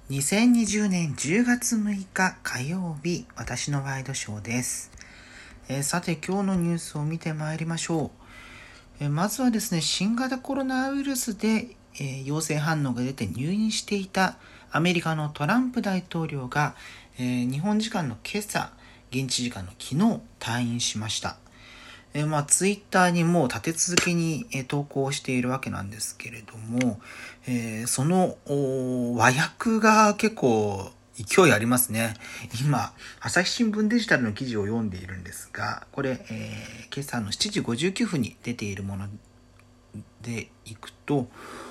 2020年10月6日火曜日、私のワイドショーです。さて今日のニュースを見てまいりましょう。まずはですね、新型コロナウイルスで、陽性反応が出て入院していたアメリカのトランプ大統領が、日本時間の今朝、現地時間の昨日退院しました。ツイッターにもう立て続けに投稿しているわけなんですけれども、その和訳が結構勢いありますね。今、朝日新聞デジタルの記事を読んでいるんですが、これ、今朝の7時59分に出ているものでいくと、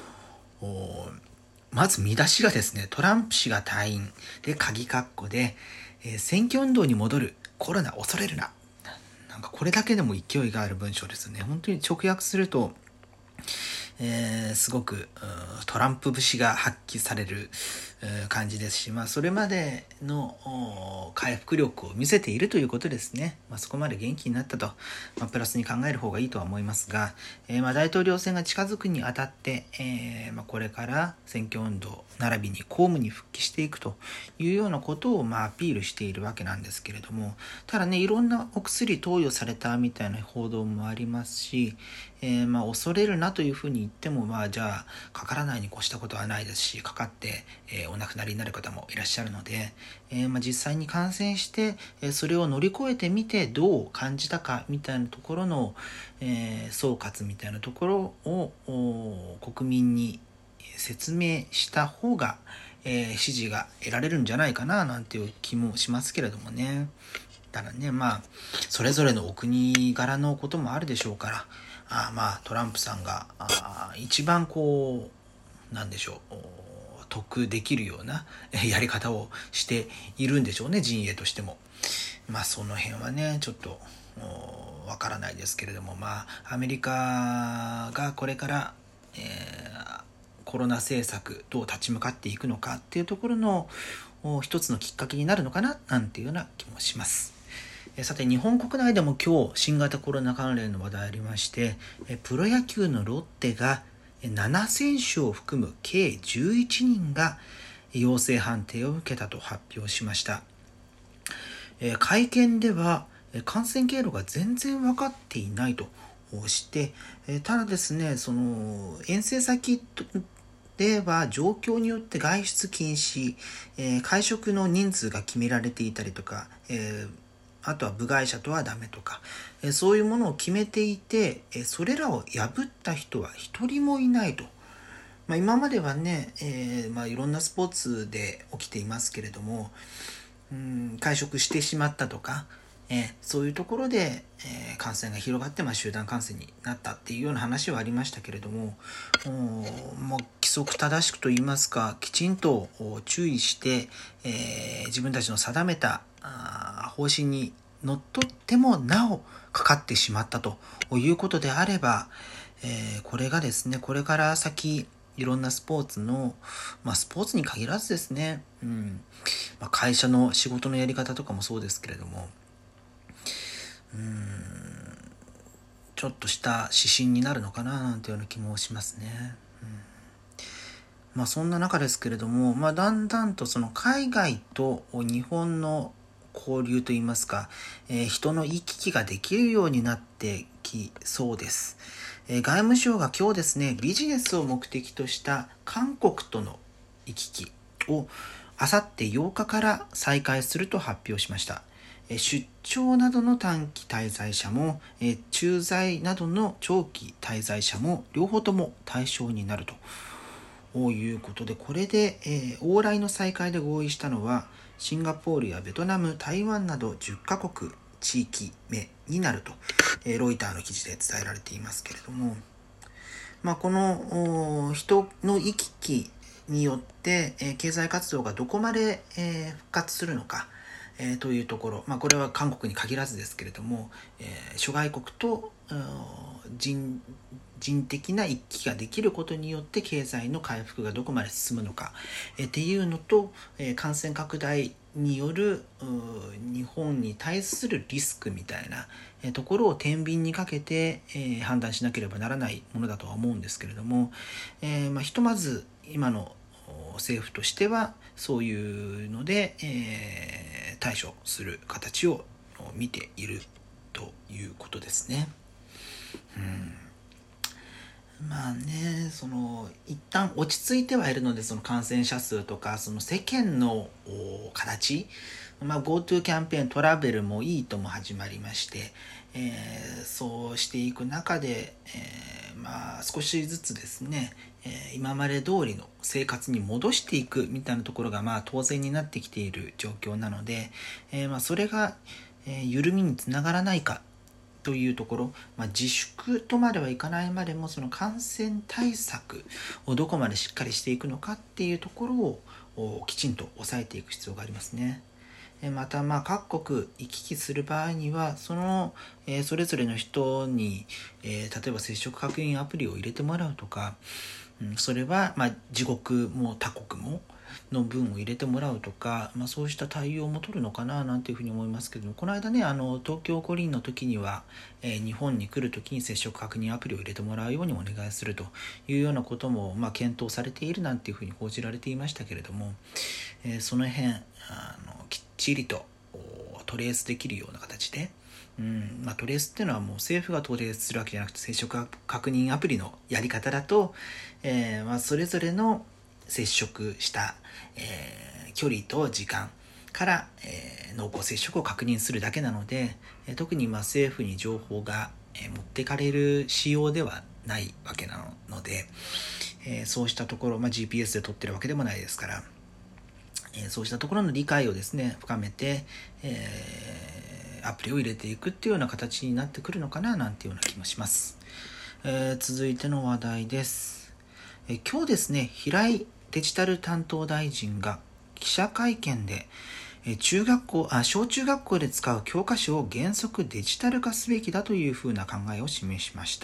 まず見出しがですね、トランプ氏が退院で鍵括弧で、選挙運動に戻る、コロナ恐れるな。なんかこれだけでも勢いがある文章ですね。本当に直訳すると、すごくトランプ節が発揮される感じですし、それまでの回復力を見せているということですね。そこまで元気になったと、プラスに考える方がいいとは思いますが、大統領選が近づくにあたって、これから選挙運動並びに公務に復帰していくというようなことをアピールしているわけなんですけれども、ただね、いろんなお薬投与されたみたいな報道もありますし、恐れるなというふうに言っても、じゃあかからないに越したことはないですし、かかって、お亡くなりになる方もいらっしゃるので、実際に感染して、それを乗り越えてみてどう感じたかみたいなところの、総括みたいなところを国民に説明した方が、支持が得られるんじゃないかななんていう気もしますけれどもね。ただね、それぞれのお国柄のこともあるでしょうから、トランプさんが一番なんでしょう、得できるようなやり方をしているんでしょうね、陣営としても。その辺はね、ちょっとわからないですけれども、アメリカがこれから、コロナ政策どう立ち向かっていくのかっていうところの一つのきっかけになるのかななんていうような気もします。さて日本国内でも今日新型コロナ関連の話題ありまして、プロ野球のロッテが7選手を含む計11人が陽性判定を受けたと発表しました。会見では感染経路が全然分かっていないとして、ただですね、その遠征先では状況によって外出禁止、会食の人数が決められていたりとか、あとは部外者とはダメとか、そういうものを決めていて、それらを破った人は一人もいないと。今まではね、いろんなスポーツで起きていますけれども、会食してしまったとか、そういうところで、感染が広がって、集団感染になったっていうような話はありましたけれども、規則正しくといいますか、きちんと注意して、自分たちの定めた方針にのっとってもなおかかってしまったということであれば、これがですね、これから先いろんなスポーツの、スポーツに限らずですね、会社の仕事のやり方とかもそうですけれども、ちょっとした指針になるのかななんていうような気もしますね。そんな中ですけれども、だんだんとその海外と日本の交流といいますか、人の行き来ができるようになってきそうです。外務省が今日ですね、ビジネスを目的とした韓国との行き来をあさって8日から再開すると発表しました。出張などの短期滞在者も、駐在などの長期滞在者も両方とも対象になるということで、これで、往来の再開で合意したのはシンガポールやベトナム、台湾など10カ国地域目になると、ロイターの記事で伝えられていますけれども、この人の行き来によって、経済活動がどこまで、復活するのか、というところ、これは韓国に限らずですけれども、諸外国と人的な行き来ができることによって経済の回復がどこまで進むのか、っていうのと、感染拡大による日本に対するリスクみたいなところを天秤にかけて、判断しなければならないものだとは思うんですけれども、ひとまず今の政府としてはそういうので、対処する形を見ているということですね。まあね、一旦落ち着いてはいるので、その感染者数とかその世間の形、GoTo キャンペーン、トラベルもいいとも始まりまして、そうしていく中で、少しずつですね、今まで通りの生活に戻していくみたいなところが当然になってきている状況なので、それが、緩みにつながらないかというところ、自粛とまではいかないまでもその感染対策をどこまでしっかりしていくのかっていうところをきちんと抑えていく必要がありますね。また各国行き来する場合にはそれぞれの人に、例えば接触確認アプリを入れてもらうとか、それは自国も他国もの分を入れてもらうとか、そうした対応も取るのかななんていうふうに思いますけども、この間ね東京五輪の時には、日本に来る時に接触確認アプリを入れてもらうようにお願いするというようなことも検討されているなんていうふうに報じられていましたけれども、その辺きっちりとトレースできるような形で、トレースっていうのはもう政府がトレースするわけじゃなくて、接触確認アプリのやり方だと、それぞれの接触した、距離と時間から、濃厚接触を確認するだけなので、特に政府に情報が、持ってかれる仕様ではないわけなので、そうしたところ、GPS で撮ってるわけでもないですから、そうしたところの理解をですね深めて、アプリを入れていくっていうような形になってくるのかななんていうような気もします。続いての話題です。今日ですね、平井デジタル担当大臣が記者会見で、小中学校で使う教科書を原則デジタル化すべきだというふうな考えを示しました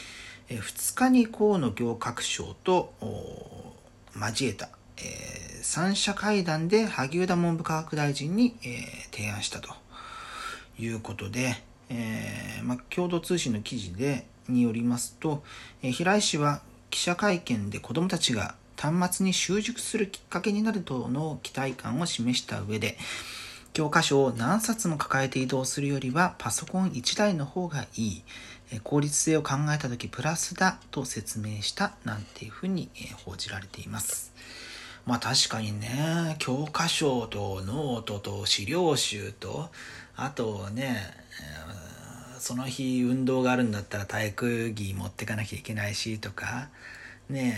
。2日に河野行革相と交えた、三者会談で萩生田文部科学大臣に、提案したということで、共同通信の記事によりますと、平井氏は記者会見で子どもたちが端末に習熟するきっかけになるとの期待感を示した上で、教科書を何冊も抱えて移動するよりはパソコン1台の方がいい、効率性を考えたときプラスだと説明したなんていうふうに報じられています。確かにね、教科書とノートと資料集と、あとね、その日運動があるんだったら体育着持ってかなきゃいけないしとかね、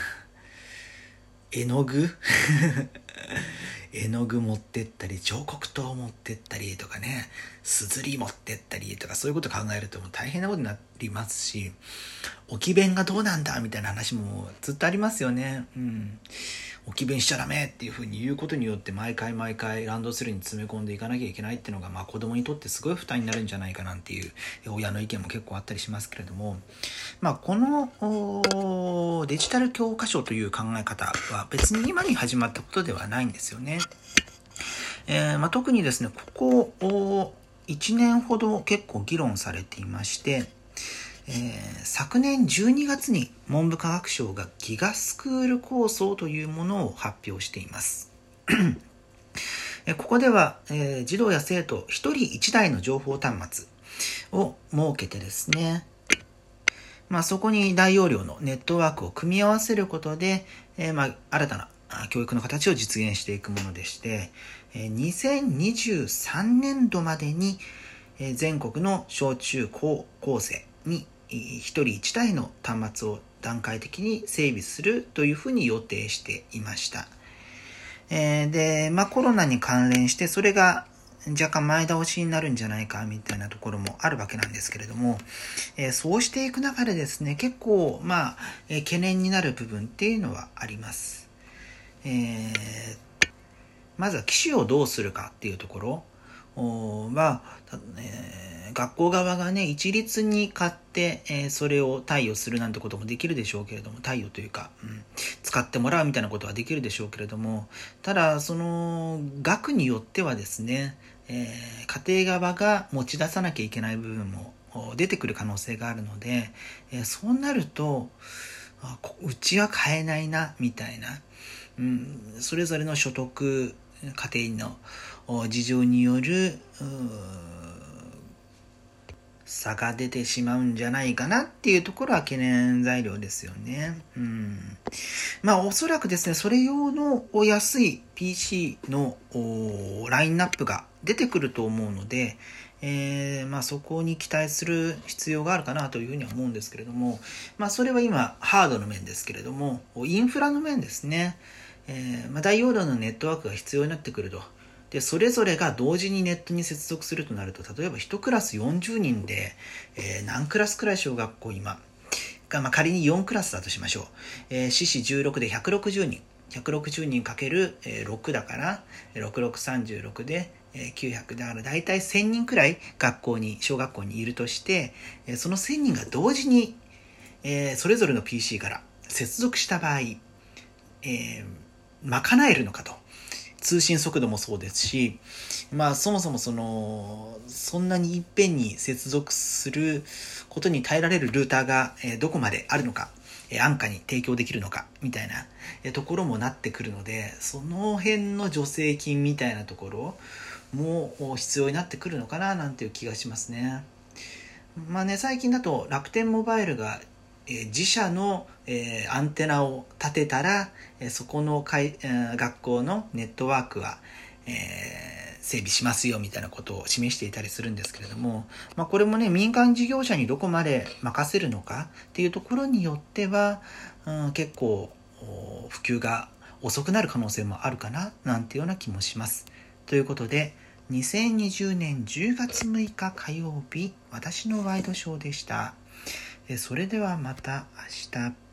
絵の具絵の具持ってったり、彫刻刀持ってったりとかね、すずり持ってったりとか、そういうこと考えるともう大変なことになりますし、置き弁がどうなんだみたいな話もずっとありますよね。置き弁しちゃダメっていう風に言うことによって毎回ランドセルに詰め込んでいかなきゃいけないっていうのが、子供にとってすごい負担になるんじゃないかなんていう親の意見も結構あったりしますけれども、このデジタル教科書という考え方は別に今に始まったことではないんですよね。特にですね、ここ1年ほど結構議論されていまして、昨年12月に文部科学省がギガスクール構想というものを発表していますここでは、児童や生徒1人1台の情報端末を設けてですね、そこに大容量のネットワークを組み合わせることで、新たな教育の形を実現していくものでして、2023年度までに全国の小中高校生に1人1台の端末を段階的に整備するというふうに予定していました。で、コロナに関連してそれが若干前倒しになるんじゃないかみたいなところもあるわけなんですけれども、そうしていく中でですね、結構懸念になる部分っていうのはあります。まずは機種をどうするかっていうところは、学校側がね一律に買って、それを貸与するなんてこともできるでしょうけれども、貸与というか、使ってもらうみたいなことはできるでしょうけれども、ただその額によってはですね、家庭側が持ち出さなきゃいけない部分も出てくる可能性があるので、そうなるとうちは買えないなみたいな、 それぞれの所得家庭の事情による差が出てしまうんじゃないかなっていうところは懸念材料ですよね。おそらくですね、それ用の安い PC のラインナップが出てくると思うので、そこに期待する必要があるかなというふうには思うんですけれども、それは今ハードの面ですけれども、インフラの面ですね、大容量のネットワークが必要になってくると。でそれぞれが同時にネットに接続するとなると、例えば1クラス40人で、何クラスくらい小学校今が、仮に4クラスだとしましょう。四四16で160人。160人かける6だから、6636で900だからだいたい1000人くらい小学校にいるとして、その1000人が同時にそれぞれの PC から接続した場合、賄えるのかと。通信速度もそうですし、そもそもそんなにいっぺんに接続することに耐えられるルーターがどこまであるのか、安価に提供できるのかみたいなところもなってくるので、その辺の助成金みたいなところも必要になってくるのかななんていう気がしますね。最近だと楽天モバイルが自社のアンテナを立てたらそこの学校のネットワークは整備しますよみたいなことを示していたりするんですけれども、これもね、民間事業者にどこまで任せるのかっていうところによっては、結構普及が遅くなる可能性もあるかななんていうような気もします。ということで、2020年10月6日火曜日、私のワイドショーでした。それではまた明日。